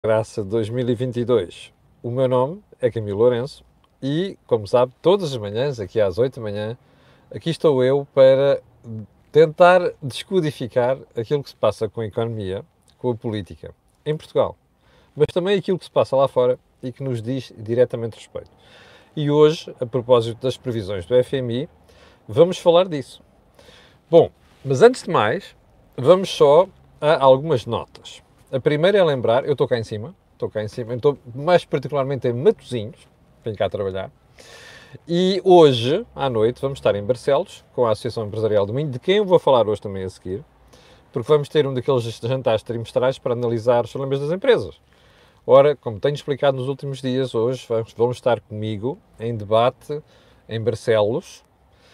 Graça de 2022. O meu nome é Camilo Lourenço e, como sabe, todas as manhãs, aqui às 8 da manhã, aqui estou eu para tentar descodificar aquilo que se passa com a economia, com a política, em Portugal, mas também aquilo que se passa lá fora e que nos diz diretamente respeito. E hoje, a propósito das previsões do FMI, vamos falar disso. Bom, mas antes de mais, vamos só a algumas notas. A primeira é lembrar, eu estou cá em cima, estou mais particularmente em Matosinhos, venho cá trabalhar, e hoje, à noite, vamos estar em Barcelos, com a Associação Empresarial do Minho, de quem eu vou falar hoje também a seguir, porque vamos ter um daqueles jantares trimestrais para analisar os problemas das empresas. Ora, como tenho explicado nos últimos dias, hoje vão estar comigo em debate em Barcelos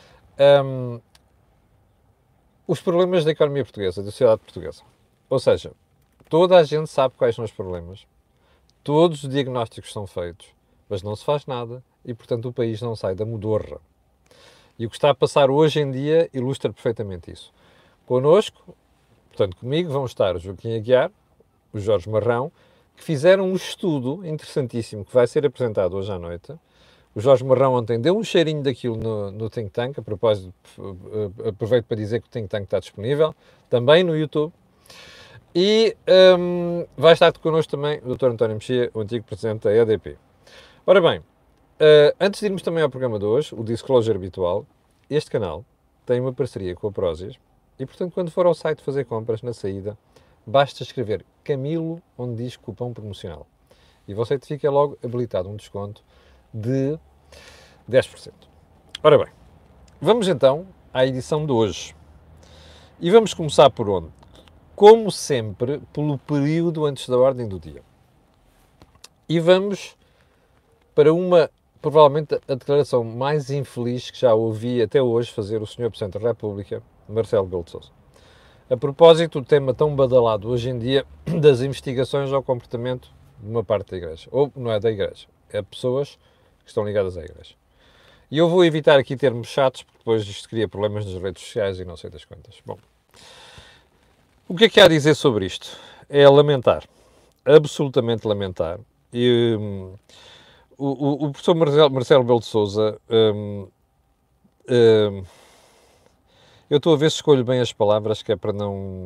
os problemas da economia portuguesa, da sociedade portuguesa. Ou seja, toda a gente sabe quais são os problemas, todos os diagnósticos são feitos, mas não se faz nada e, portanto, o país não sai da modorra. E o que está a passar hoje em dia ilustra perfeitamente isso. Connosco, portanto, comigo, vão estar o Joaquim Aguiar, o Jorge Marrão, que fizeram um estudo interessantíssimo que vai ser apresentado hoje à noite. O Jorge Marrão ontem deu um cheirinho daquilo no Think Tank. A propósito, aproveito para dizer que o Think Tank está disponível, também no YouTube. E vai estar connosco também o Dr. António Mexia, o antigo presidente da EDP. Ora bem, antes de irmos também ao programa de hoje, o Disclosure habitual, este canal tem uma parceria com a Prozis e, portanto, quando for ao site fazer compras, na saída, basta escrever Camilo, onde diz cupom promocional. E você fica logo habilitado um desconto de 10%. Ora bem, vamos então à edição de hoje. E vamos começar por onde? Como sempre, pelo período antes da ordem do dia. E vamos para provavelmente, a declaração mais infeliz que já ouvi até hoje fazer o Sr. Presidente da República, Marcelo Rebelo de Sousa. A propósito do tema tão badalado hoje em dia das investigações ao comportamento de uma parte da Igreja. Ou não é da Igreja, é de pessoas que estão ligadas à Igreja. E eu vou evitar aqui termos chatos, porque depois isto cria problemas nas redes sociais e não sei das quantas. Bom, o que há a dizer sobre isto? É lamentar, absolutamente lamentar. E, o professor Marcelo Rebelo de Sousa, eu estou a ver se escolho bem as palavras, que é para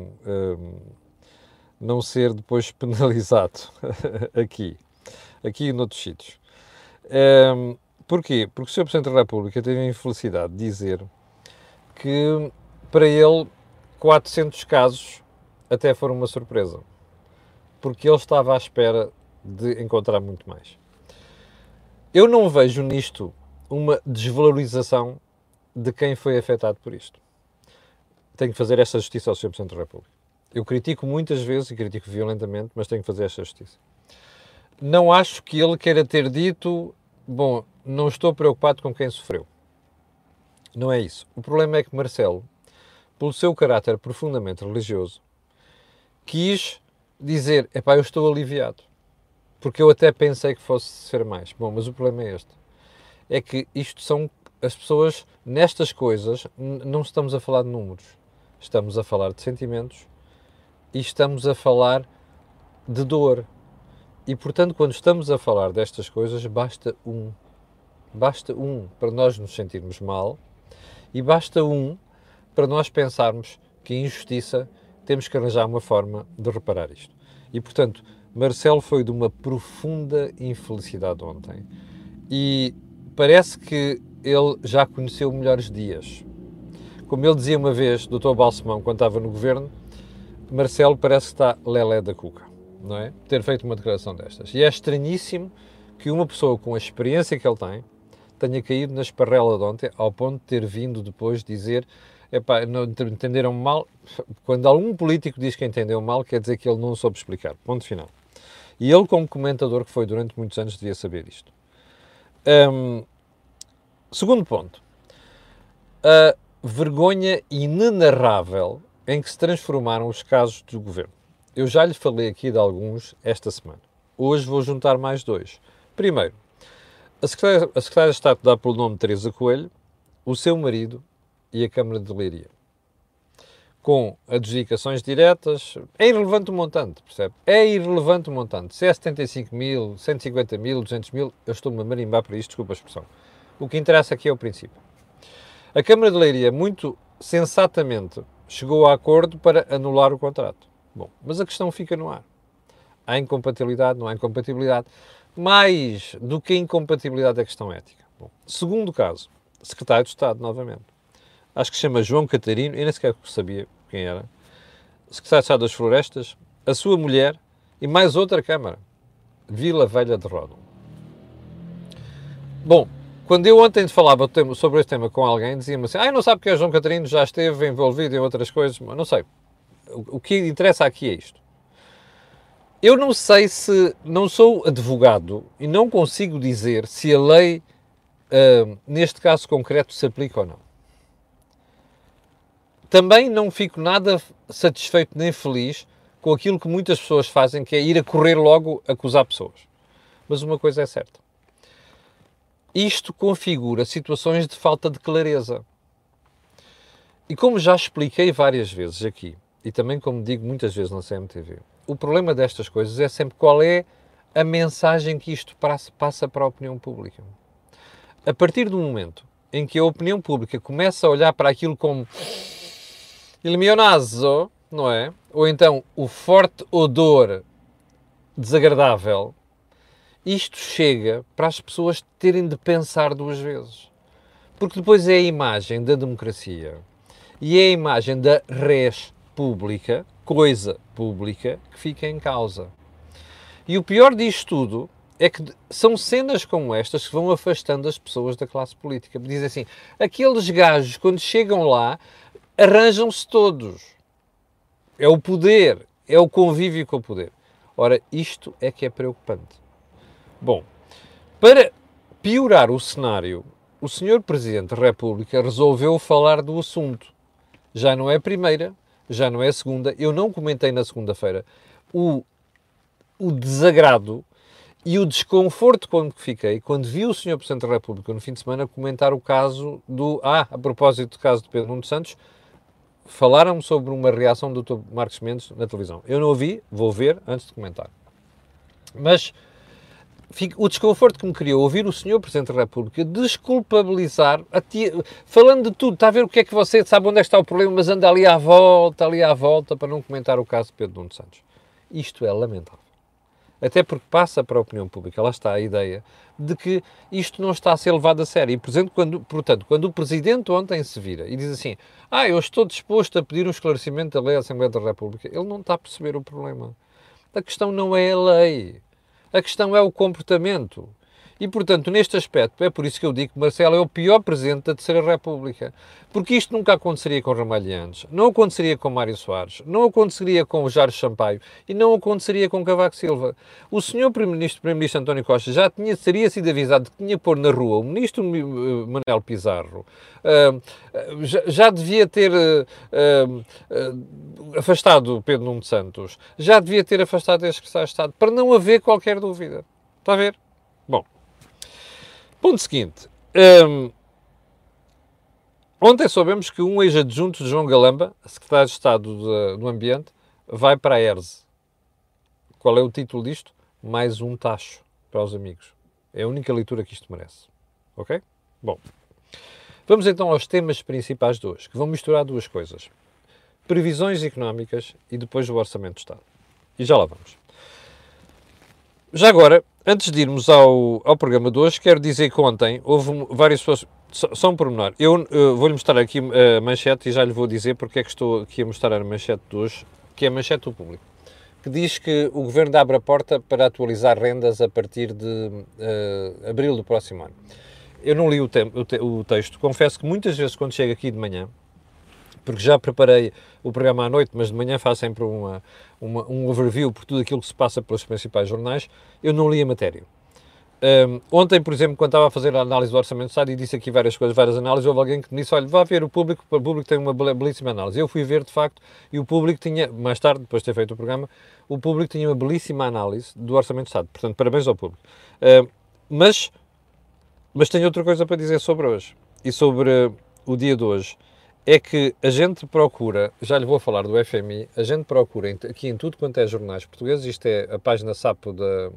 não ser depois penalizado aqui e noutros sítios. Porquê? Porque o Sr. Presidente da República teve a infelicidade de dizer que, para ele, 400 casos até foram uma surpresa. Porque ele estava à espera de encontrar muito mais. Eu não vejo nisto uma desvalorização de quem foi afetado por isto. Tenho que fazer esta justiça ao Sr. Presidente da República. Eu critico muitas vezes e critico violentamente, mas tenho que fazer esta justiça. Não acho que ele queira ter dito, bom, não estou preocupado com quem sofreu. Não é isso. O problema é que Marcelo, pelo seu caráter profundamente religioso, quis dizer, epá, eu estou aliviado. Porque eu até pensei que fosse ser mais. Bom, mas o problema é este. É que isto são as pessoas, nestas coisas, não estamos a falar de números. Estamos a falar de sentimentos e estamos a falar de dor. E, portanto, quando estamos a falar destas coisas, basta um para nós nos sentirmos mal e basta um para nós pensarmos que a injustiça temos que arranjar uma forma de reparar isto. E, portanto, Marcelo foi de uma profunda infelicidade ontem. E parece que ele já conheceu melhores dias. Como ele dizia uma vez, Dr. Balsemão, quando estava no governo, Marcelo parece que está lelé da cuca, não é? Ter feito uma declaração destas. E é estranhíssimo que uma pessoa com a experiência que ele tem tenha caído na esparrela de ontem, ao ponto de ter vindo depois dizer, epá, não entenderam mal. Quando algum político diz que entendeu mal, quer dizer que ele não soube explicar. Ponto final. E ele, como comentador que foi durante muitos anos, devia saber isto. Segundo ponto. A vergonha inenarrável em que se transformaram os casos do governo. Eu já lhe falei aqui de alguns esta semana. Hoje vou juntar mais dois. Primeiro, a secretária de Estado dá pelo nome de Teresa Coelho, o seu marido e a Câmara de Leiria. com adjudicações diretas, é irrelevante o montante, percebe? É irrelevante o montante. Se é 75 mil, 150 mil, 200 mil, eu estou-me a marimbar para isto, desculpa a expressão. O que interessa aqui é o princípio. A Câmara de Leiria, muito sensatamente, chegou a acordo para anular o contrato. Bom, mas a questão fica no ar. Há incompatibilidade, não há incompatibilidade. Mais do que a incompatibilidade é a questão ética. Bom, segundo caso, secretário de Estado, novamente. Acho que se chama João Catarino, eu nem sequer sabia quem era. Secretário de Estado das Florestas, a sua mulher e mais outra Câmara. Vila Velha de Ródão. Bom, quando eu ontem falava sobre este tema com alguém, dizia-me assim, não sabe que é João Catarino, já esteve envolvido em outras coisas, mas não sei. O que interessa aqui é isto. Eu não sei se, não sou advogado e não consigo dizer se a lei, neste caso concreto, se aplica ou não. Também não fico nada satisfeito nem feliz com aquilo que muitas pessoas fazem, que é ir a correr logo acusar pessoas. Mas uma coisa é certa. Isto configura situações de falta de clareza. E como já expliquei várias vezes aqui, e também como digo muitas vezes na CMTV, o problema destas coisas é sempre qual é a mensagem que isto passa para a opinião pública. A partir do momento em que a opinião pública começa a olhar para aquilo como il mio naso, não é? Ou então o forte odor desagradável, isto chega para as pessoas terem de pensar duas vezes. Porque depois é a imagem da democracia e é a imagem da res pública, coisa pública, que fica em causa. E o pior disto tudo é que são cenas como estas que vão afastando as pessoas da classe política. Dizem assim, aqueles gajos, quando chegam lá, arranjam-se todos. É o poder, é o convívio com o poder. Ora, isto é que é preocupante. Bom, para piorar o cenário, o Sr. Presidente da República resolveu falar do assunto. Já não é a primeira, já não é a segunda. Eu não comentei na segunda-feira o desagrado e o desconforto quando fiquei, quando vi o Sr. Presidente da República no fim de semana comentar o caso a propósito do caso de Pedro Nuno Santos, falaram-me sobre uma reação do Dr. Marcos Mendes na televisão. Eu não ouvi, vou ver antes de comentar. Mas o desconforto que me criou ouvir o Sr. Presidente da República desculpabilizar, falando de tudo, está a ver o que é que você sabe onde é que está o problema, mas anda ali à volta, para não comentar o caso de Pedro Nuno Santos. Isto é lamentável. Até porque passa para a opinião pública, lá está a ideia de que isto não está a ser levado a sério. E, portanto, quando o Presidente ontem se vira e diz assim, eu estou disposto a pedir um esclarecimento da lei à Assembleia da República, ele não está a perceber o problema. A questão não é a lei. A questão é o comportamento. E, portanto, neste aspecto, é por isso que eu digo que Marcelo é o pior Presidente da Terceira República. Porque isto nunca aconteceria com Ramalhianes, não aconteceria com Mário Soares, não aconteceria com o Jorge Sampaio e não aconteceria com Cavaco Silva. O senhor Primeiro-Ministro António Costa teria sido avisado de que tinha que pôr na rua o Ministro Manuel Pizarro, já devia ter afastado o Pedro Nuno Santos, já devia ter afastado este secretário de Estado, para não haver qualquer dúvida. Está a ver? Bom. Ponto seguinte. Ontem soubemos que um ex-adjunto de João Galamba, secretário de Estado do Ambiente, vai para a ERSE. Qual é o título disto? Mais um tacho para os amigos. É a única leitura que isto merece. Ok? Bom. Vamos então aos temas principais de hoje, que vão misturar duas coisas. Previsões económicas e depois o Orçamento de Estado. E já lá vamos. Já agora, antes de irmos ao programa de hoje, quero dizer que ontem houve várias pessoas... Só um pormenor. Eu vou-lhe mostrar aqui a manchete e já lhe vou dizer porque é que estou aqui a mostrar a manchete de hoje, que é a manchete do Público, que diz que o Governo abre a porta para atualizar rendas a partir de abril do próximo ano. Eu não li o texto. Confesso que muitas vezes quando chego aqui de manhã, porque já preparei o programa à noite, mas de manhã faço sempre um overview por tudo aquilo que se passa pelos principais jornais, eu não li a matéria. Ontem, por exemplo, quando estava a fazer a análise do Orçamento do Estado e disse aqui várias coisas, várias análises, houve alguém que me disse, olha, vá ver o Público tem uma belíssima análise. Eu fui ver, de facto, e o Público tinha, mais tarde, depois de ter feito o programa, o Público tinha uma belíssima análise do Orçamento do Estado. Portanto, parabéns ao Público. Mas tenho outra coisa para dizer sobre hoje e sobre o dia de hoje. é que a gente procura, já lhe vou falar do FMI, a gente procura aqui em tudo quanto é jornais portugueses, isto é a página Sapo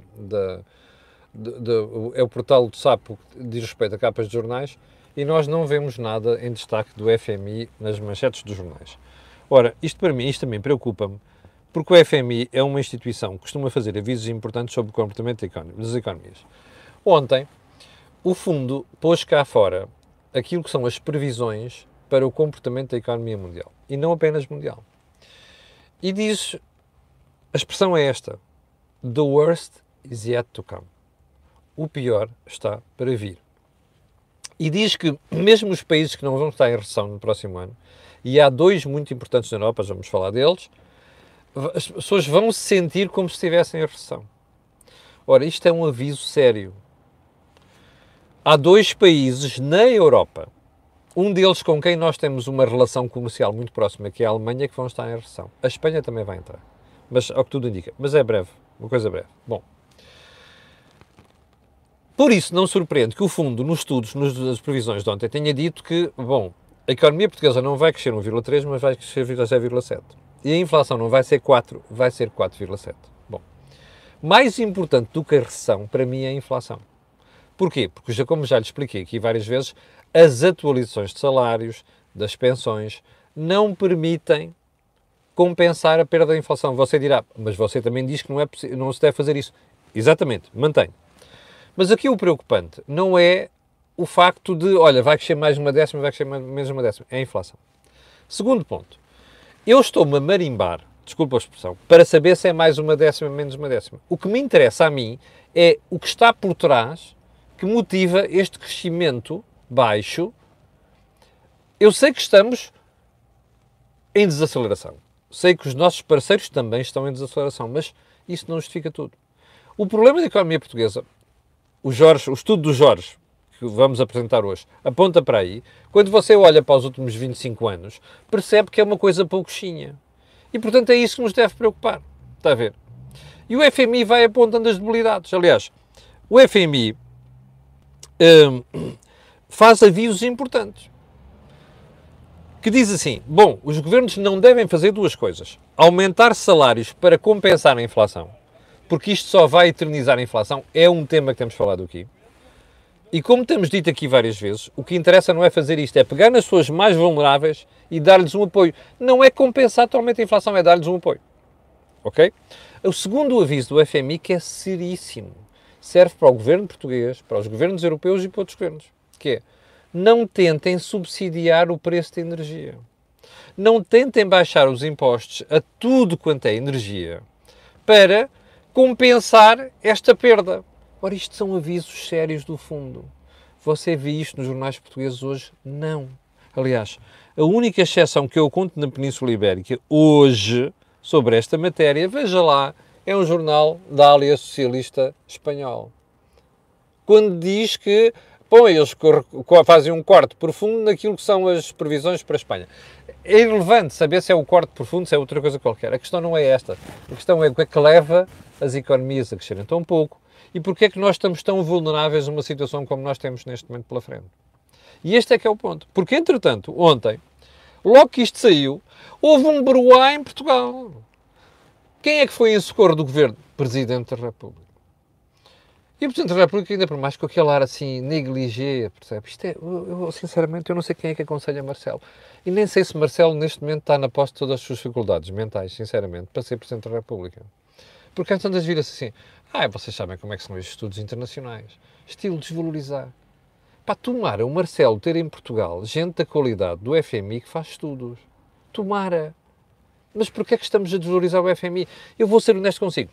é o portal do Sapo que diz respeito a capas de jornais, e nós não vemos nada em destaque do FMI nas manchetes dos jornais. Ora, isto para mim, isto também preocupa-me, porque o FMI é uma instituição que costuma fazer avisos importantes sobre o comportamento das economias. Ontem, o fundo pôs cá fora aquilo que são as previsões para o comportamento da economia mundial, e não apenas mundial. E diz, a expressão é esta: "The worst is yet to come." O pior está para vir. E diz que mesmo os países que não vão estar em recessão no próximo ano, e há dois muito importantes na Europa, já vamos falar deles, as pessoas vão se sentir como se estivessem em recessão. Ora, isto é um aviso sério. Há dois países na Europa, um deles com quem nós temos uma relação comercial muito próxima, que é a Alemanha, que vão estar em recessão. A Espanha também vai entrar, mas ao que tudo indica. Mas é breve, uma coisa breve. Bom, por isso não surpreende que o fundo, nos estudos, nas previsões de ontem, tenha dito que, bom, a economia portuguesa não vai crescer 1,3, mas vai crescer 0,7. E a inflação não vai ser 4, vai ser 4,7. Bom, mais importante do que a recessão, para mim, é a inflação. Porquê? Porque, como já lhe expliquei aqui várias vezes, as atualizações de salários, das pensões, não permitem compensar a perda da inflação. Você dirá, mas você também diz que não se deve fazer isso. Exatamente, mantém. Mas aqui o preocupante não é o facto de, olha, vai crescer mais uma décima, vai crescer menos uma décima. É a inflação. Segundo ponto, eu estou-me a marimbar, desculpa a expressão, para saber se é mais uma décima, menos uma décima. O que me interessa a mim é o que está por trás que motiva este crescimento baixo. Eu sei que estamos em desaceleração. Sei que os nossos parceiros também estão em desaceleração, mas isso não justifica tudo. O problema da economia portuguesa, o estudo do Jorge, que vamos apresentar hoje, aponta para aí. Quando você olha para os últimos 25 anos, percebe que é uma coisa pouquinha. E, portanto, é isso que nos deve preocupar. Está a ver? E o FMI vai apontando as debilidades. Aliás, o FMI faz avisos importantes. Que diz assim, bom, os governos não devem fazer duas coisas. Aumentar salários para compensar a inflação, porque isto só vai eternizar a inflação, é um tema que temos falado aqui. E como temos dito aqui várias vezes, o que interessa não é fazer isto, é pegar nas pessoas mais vulneráveis e dar-lhes um apoio. Não é compensar totalmente a inflação, é dar-lhes um apoio. Ok? O segundo aviso do FMI, que é seríssimo, serve para o governo português, para os governos europeus e para outros governos, que é, não tentem subsidiar o preço da energia. Não tentem baixar os impostos a tudo quanto é energia para compensar esta perda. Ora, isto são avisos sérios do fundo. Você vê isto nos jornais portugueses hoje? Não. Aliás, a única exceção que eu conto na Península Ibérica hoje sobre esta matéria, veja lá, é um jornal da Aliança Socialista Espanhol. Quando diz que, bom, eles fazem um corte profundo naquilo que são as previsões para a Espanha. É irrelevante saber se é o corte profundo, se é outra coisa qualquer. A questão não é esta. A questão é o que é que leva as economias a crescerem tão pouco e porque é que nós estamos tão vulneráveis a uma situação como nós temos neste momento pela frente. E este é que é o ponto. Porque, entretanto, ontem, logo que isto saiu, houve um broá em Portugal. Quem é que foi em socorro do governo? Presidente da República. E o Presidente da República, ainda por mais, com aquele ar assim, negligé, percebe? Isto é, sinceramente, eu não sei quem é que aconselha Marcelo. E nem sei se Marcelo, neste momento, está na posse de todas as suas dificuldades mentais, sinceramente, para ser Presidente da República. Porque antes tantas vira-se assim, vocês sabem como é que são estes estudos internacionais. Estilo desvalorizar. Pá, tomara o Marcelo ter em Portugal gente da qualidade do FMI que faz estudos. Tomara. Mas porquê é que estamos a desvalorizar o FMI? Eu vou ser honesto consigo.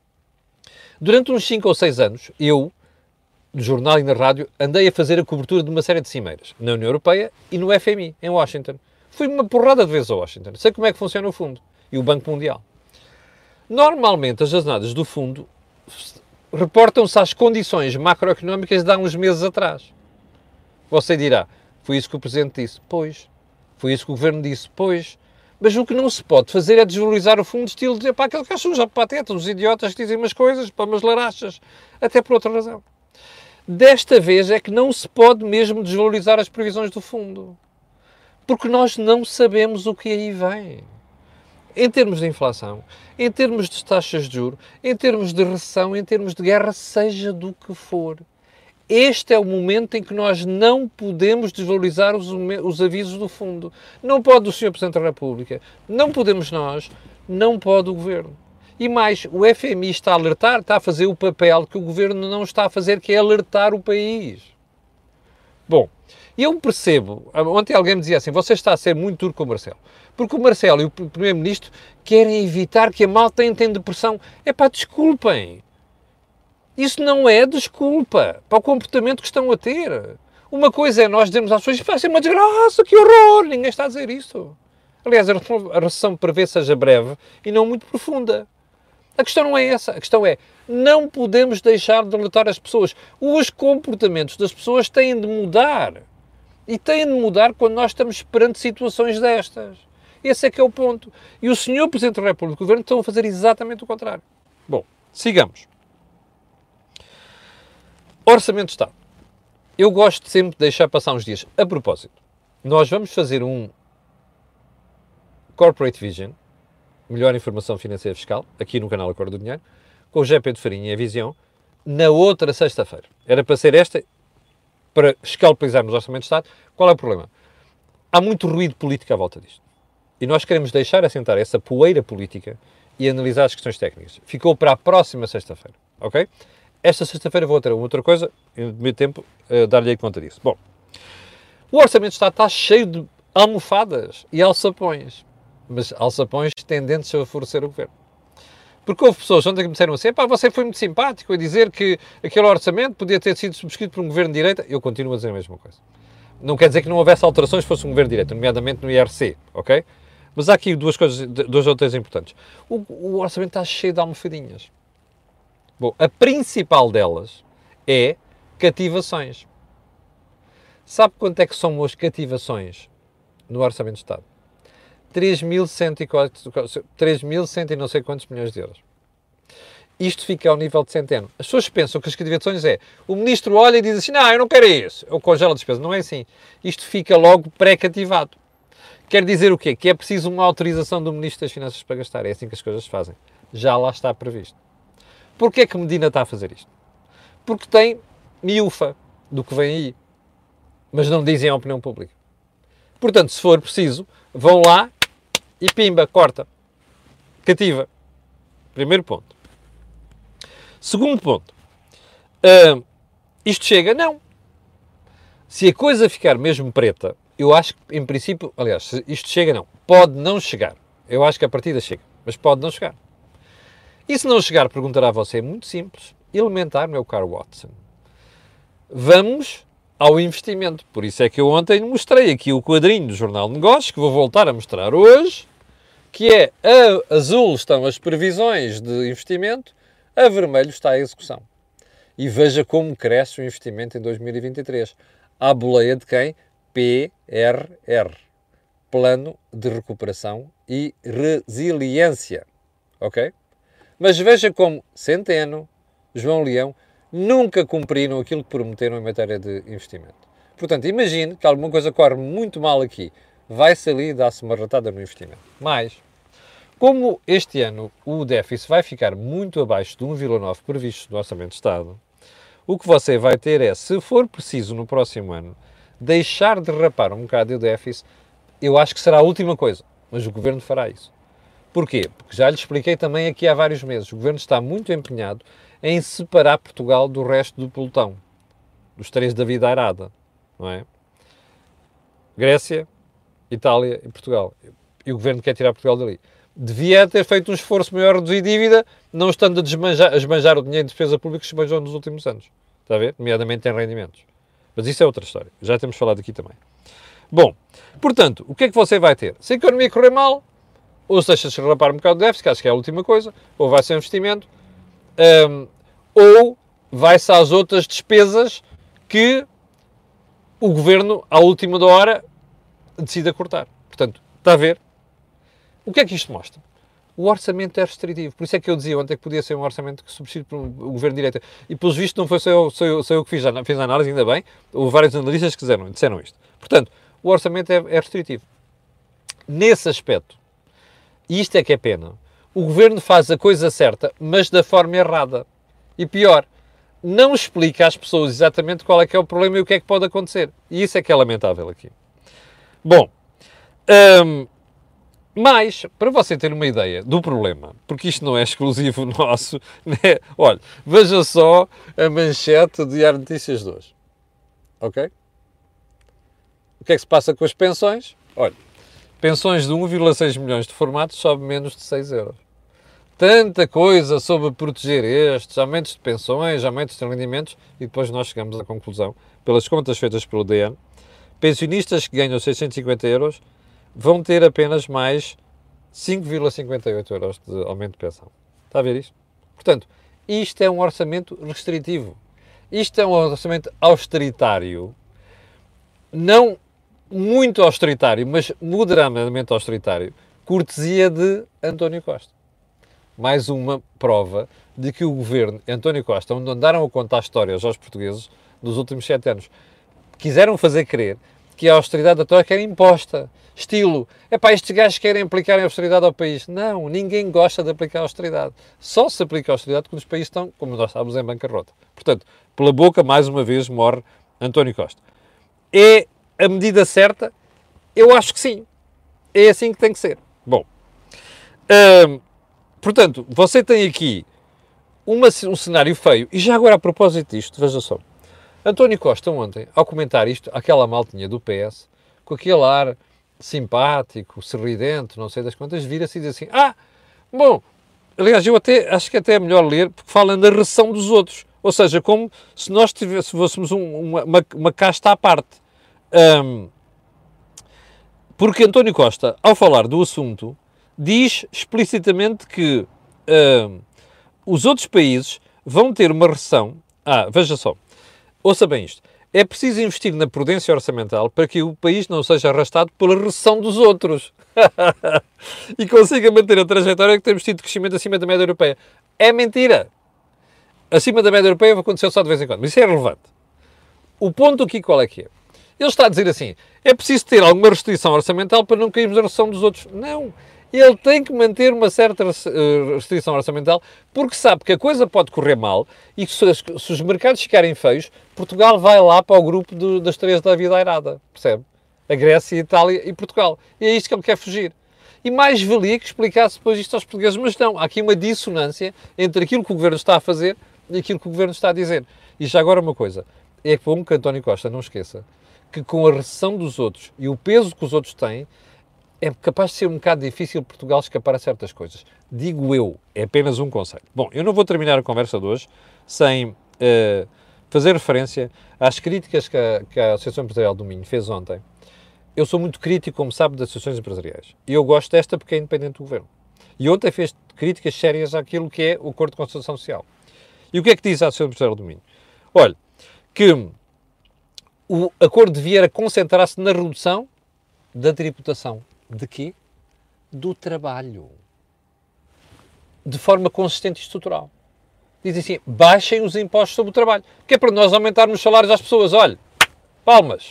Durante uns 5 ou 6 anos, eu, no jornal e na rádio, andei a fazer a cobertura de uma série de cimeiras, na União Europeia e no FMI, em Washington. Fui uma porrada de vezes a Washington. Sei como é que funciona o fundo e o Banco Mundial. Normalmente, as jornadas do fundo reportam-se às condições macroeconómicas de há uns meses atrás. Você dirá, foi isso que o Presidente disse. Pois. Foi isso que o Governo disse. Pois. Mas o que não se pode fazer é desvalorizar o fundo, estilo de dizer, pá, aqueles que são os patetas, os idiotas que dizem umas coisas, pá, umas larachas, até por outra razão. Desta vez é que não se pode mesmo desvalorizar as previsões do fundo. Porque nós não sabemos o que aí vem. Em termos de inflação, em termos de taxas de juros, em termos de recessão, em termos de guerra, seja do que for. Este é o momento em que nós não podemos desvalorizar os avisos do fundo. Não pode o Sr. Presidente da República, não podemos nós, não pode o Governo. E mais, o FMI está a alertar, está a fazer o papel que o Governo não está a fazer, que é alertar o país. Bom, eu percebo, ontem alguém me dizia assim, você está a ser muito duro com o Marcelo, porque o Marcelo e o Primeiro-Ministro querem evitar que a malta entre em depressão. Desculpem. Isso não é desculpa para o comportamento que estão a ter. Uma coisa é nós dizermos às pessoas, vai ser uma desgraça, que horror, ninguém está a dizer isso. Aliás, a recessão prevê seja breve e não muito profunda. A questão não é essa, a questão é, não podemos deixar de alertar as pessoas. Os comportamentos das pessoas têm de mudar. E têm de mudar quando nós estamos perante situações destas. Esse é que é o ponto. E o Sr. Presidente da República e o Governo estão a fazer exatamente o contrário. Bom, sigamos. Orçamento de Estado. Eu gosto sempre de deixar passar uns dias. A propósito, nós vamos fazer um Corporate Vision, melhor informação financeira fiscal, aqui no canal Acordo do Dinheiro, com o José Pedro Farinha e a Visão, na outra sexta-feira. Era para ser esta, para escalpelizarmos o Orçamento de Estado. Qual é o problema? Há muito ruído político à volta disto. E nós queremos deixar assentar essa poeira política e analisar as questões técnicas. Ficou para a próxima sexta-feira, ok? Esta sexta-feira vou ter uma outra coisa, e no meio tempo dar-lhe conta disso. Bom, o Orçamento de Estado está cheio de almofadas e alçapões, mas alçapões tendentes a favorecer o Governo. Porque houve pessoas ontem que me disseram assim, você foi muito simpático a dizer que aquele orçamento podia ter sido subscrito por um Governo de direita. Eu continuo a dizer a mesma coisa. Não quer dizer que não houvesse alterações se fosse um Governo de direita, nomeadamente no IRC, ok? Mas há aqui duas ou três importantes. O orçamento está cheio de almofadinhas. Bom, a principal delas é cativações. Sabe quanto é que são as cativações no Orçamento de Estado? 3.100 e não sei quantos milhões de euros. Isto fica ao nível de centeno. As pessoas pensam que as cativações é o ministro olha e diz assim, não, eu não quero isso, eu congelo a despesa. Não é assim. Isto fica logo pré-cativado. Quer dizer o quê? Que é preciso uma autorização do Ministro das Finanças para gastar. É assim que as coisas se fazem. Já lá está previsto. Porquê é que Medina está a fazer isto? Porque tem miúfa do que vem aí. Mas não dizem à opinião pública. Portanto, se for preciso, vão lá e pimba, corta. Cativa. Primeiro ponto. Segundo ponto. Isto chega? Não. Se a coisa ficar mesmo preta, eu acho que, em princípio, aliás, se isto chega, não. Pode não chegar. Eu acho que a partida chega. Mas pode não chegar. E se não chegar, perguntará a você, é muito simples, elementar, meu caro Watson. Vamos ao investimento. Por isso é que eu ontem mostrei aqui o quadrinho do Jornal de Negócios, que vou voltar a mostrar hoje, que é a azul estão as previsões de investimento, a vermelho está a execução. E veja como cresce o investimento em 2023. À boleia de quem? PRR. Plano de Recuperação e Resiliência. Ok? Mas veja como Centeno, João Leão, nunca cumpriram aquilo que prometeram em matéria de investimento. Portanto, imagine que alguma coisa corre muito mal aqui. Vai-se ali e dá-se uma ratada no investimento. Mas, como este ano o déficit vai ficar muito abaixo de 1,9 previsto no Orçamento de Estado, o que você vai ter é, se for preciso no próximo ano, deixar de rapar um bocado o déficit. Eu acho que será a última coisa, mas o Governo fará isso. Porquê? Porque já lhe expliquei também aqui há vários meses. O Governo está muito empenhado em separar Portugal do resto do pelotão. Dos três da vida arada, não é? Grécia, Itália e Portugal. E o Governo quer tirar Portugal dali. Devia ter feito um esforço maior a reduzir dívida, não estando a esbanjar o dinheiro de despesa pública que se esbanjou nos últimos anos. Está a ver? Nomeadamente em rendimentos. Mas isso é outra história. Já temos falado aqui também. Bom, portanto, o que é que você vai ter? Se a economia correr mal, ou se deixa-se rapar um bocado de déficit, que acho que é a última coisa, ou vai ser investimento, ou vai-se às outras despesas que o Governo, à última da hora, decida cortar. Portanto, está a ver? O que é que isto mostra? O orçamento é restritivo. Por isso é que eu dizia ontem que podia ser um orçamento que substitui por um Governo de direita. E, pelos vistos, não foi só eu que fiz a análise, ainda bem. Houve vários analistas que disseram isto. Portanto, o orçamento é restritivo. Nesse aspecto, e isto é que é pena, o governo faz a coisa certa, mas da forma errada. E pior, não explica às pessoas exatamente qual é que é o problema e o que é que pode acontecer. E isso é que é lamentável aqui. Bom, mas, para você ter uma ideia do problema, porque isto não é exclusivo nosso, né? Olha, veja só a manchete do Diário de Notícias de hoje. Ok? O que é que se passa com as pensões? Olha, pensões de 1,6 milhões de formatos sobe menos de 6 euros. Tanta coisa sobre proteger estes, aumentos de pensões, aumentos de rendimentos, e depois nós chegamos à conclusão, pelas contas feitas pelo DN, pensionistas que ganham 650 euros vão ter apenas mais 5,58 euros de aumento de pensão. Está a ver isto? Portanto, isto é um orçamento restritivo. Isto é um orçamento austeritário. Não muito austeritário, mas moderadamente austeritário. Cortesia de António Costa. Mais uma prova de que o governo António Costa, onde andaram a contar histórias aos portugueses dos últimos 7 anos, quiseram fazer crer que a austeridade da troika era imposta. Estilo, estes gajos querem aplicar a austeridade ao país. Não, ninguém gosta de aplicar a austeridade. Só se aplica a austeridade quando os países estão, como nós sabemos, em bancarrota. Portanto, pela boca, mais uma vez, morre António Costa. É a medida certa? Eu acho que sim. É assim que tem que ser. Bom, portanto, você tem aqui um cenário feio. E já agora, a propósito disto, veja só. António Costa ontem, ao comentar isto, aquela maltinha do PS, com aquele ar simpático, sorridente, não sei das quantas, vira-se e diz assim, bom, aliás, eu até acho que até é melhor ler, porque fala na reação dos outros. Ou seja, como se nós fôssemos uma casta à parte. Porque António Costa, ao falar do assunto, diz explicitamente que os outros países vão ter uma recessão. Veja só, ouça bem isto. É preciso investir na prudência orçamental para que o país não seja arrastado pela recessão dos outros e consiga manter a trajetória que temos tido de crescimento acima da média europeia. É mentira. Acima da média europeia vai acontecer só de vez em quando, mas isso é relevante. O ponto aqui qual é que é? Ele está a dizer assim, é preciso ter alguma restrição orçamental para não cairmos na recessão dos outros. Não. Ele tem que manter uma certa restrição orçamental porque sabe que a coisa pode correr mal e que se os mercados ficarem feios, Portugal vai lá para o grupo das três da vida airada, percebe? A Grécia, a Itália e Portugal. E é isto que ele quer fugir. E mais valia que explicasse depois isto aos portugueses, mas não, há aqui uma dissonância entre aquilo que o Governo está a fazer e aquilo que o Governo está a dizer. E já agora uma coisa, é bom que António Costa não esqueça que com a recessão dos outros e o peso que os outros têm, é capaz de ser um bocado difícil Portugal escapar a certas coisas. Digo eu, é apenas um conceito. Bom, eu não vou terminar a conversa de hoje sem fazer referência às críticas que a Associação Empresarial do Minho fez ontem. Eu sou muito crítico, como sabe, das associações empresariais. E eu gosto desta porque é independente do Governo. E ontem fez críticas sérias àquilo que é o Acordo de Concertação Social. E o que é que diz a Associação Empresarial do Minho? Olha, que o acordo devia concentrar-se na redução da tributação. De quê? Do trabalho. De forma consistente e estrutural. Dizem assim, baixem os impostos sobre o trabalho. Que é para nós aumentarmos os salários às pessoas. Olha, palmas.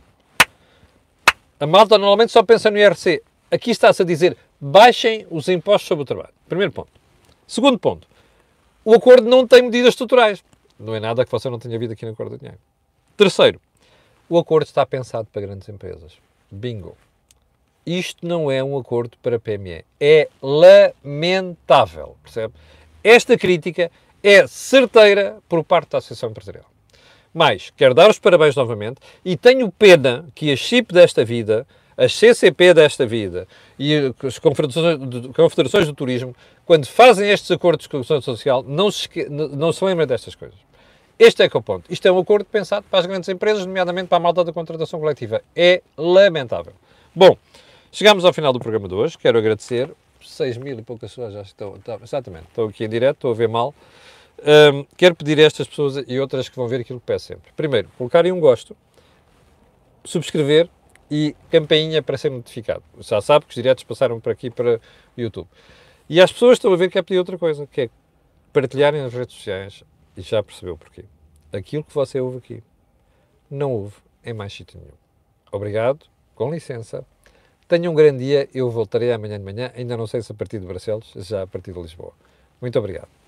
A malta normalmente só pensa no IRC. Aqui está-se a dizer, baixem os impostos sobre o trabalho. Primeiro ponto. Segundo ponto. O acordo não tem medidas estruturais. Não é nada que você não tenha visto aqui no Acordo de Dinheiro. Terceiro. O acordo está pensado para grandes empresas. Bingo. Isto não é um acordo para PME. É lamentável, percebe? Esta crítica é certeira por parte da Associação Empresarial. Mas, quero dar os parabéns novamente e tenho pena que a CIP desta vida, a CCP desta vida e as confederações do turismo, quando fazem estes acordos de construção social, não se lembrem destas coisas. Este é que é o ponto. Isto é um acordo pensado para as grandes empresas, nomeadamente para a malta da contratação coletiva. É lamentável. Bom, chegamos ao final do programa de hoje. Quero agradecer. 6.000 e poucas pessoas já estão. Exatamente. Estou aqui em direto, estou a ver mal. Quero pedir a estas pessoas e outras que vão ver aquilo que peço sempre. Primeiro, colocarem um gosto, subscrever e campainha para ser notificado. Já sabe que os diretos passaram por aqui para o YouTube. E as pessoas estão a ver que quero pedir outra coisa, que é partilharem nas redes sociais. E já percebeu porquê. Aquilo que você ouve aqui, não ouve em mais sítio nenhum. Obrigado, com licença. Tenha um grande dia, eu voltarei amanhã de manhã, ainda não sei se a partir de Barcelos, já a partir de Lisboa. Muito obrigado.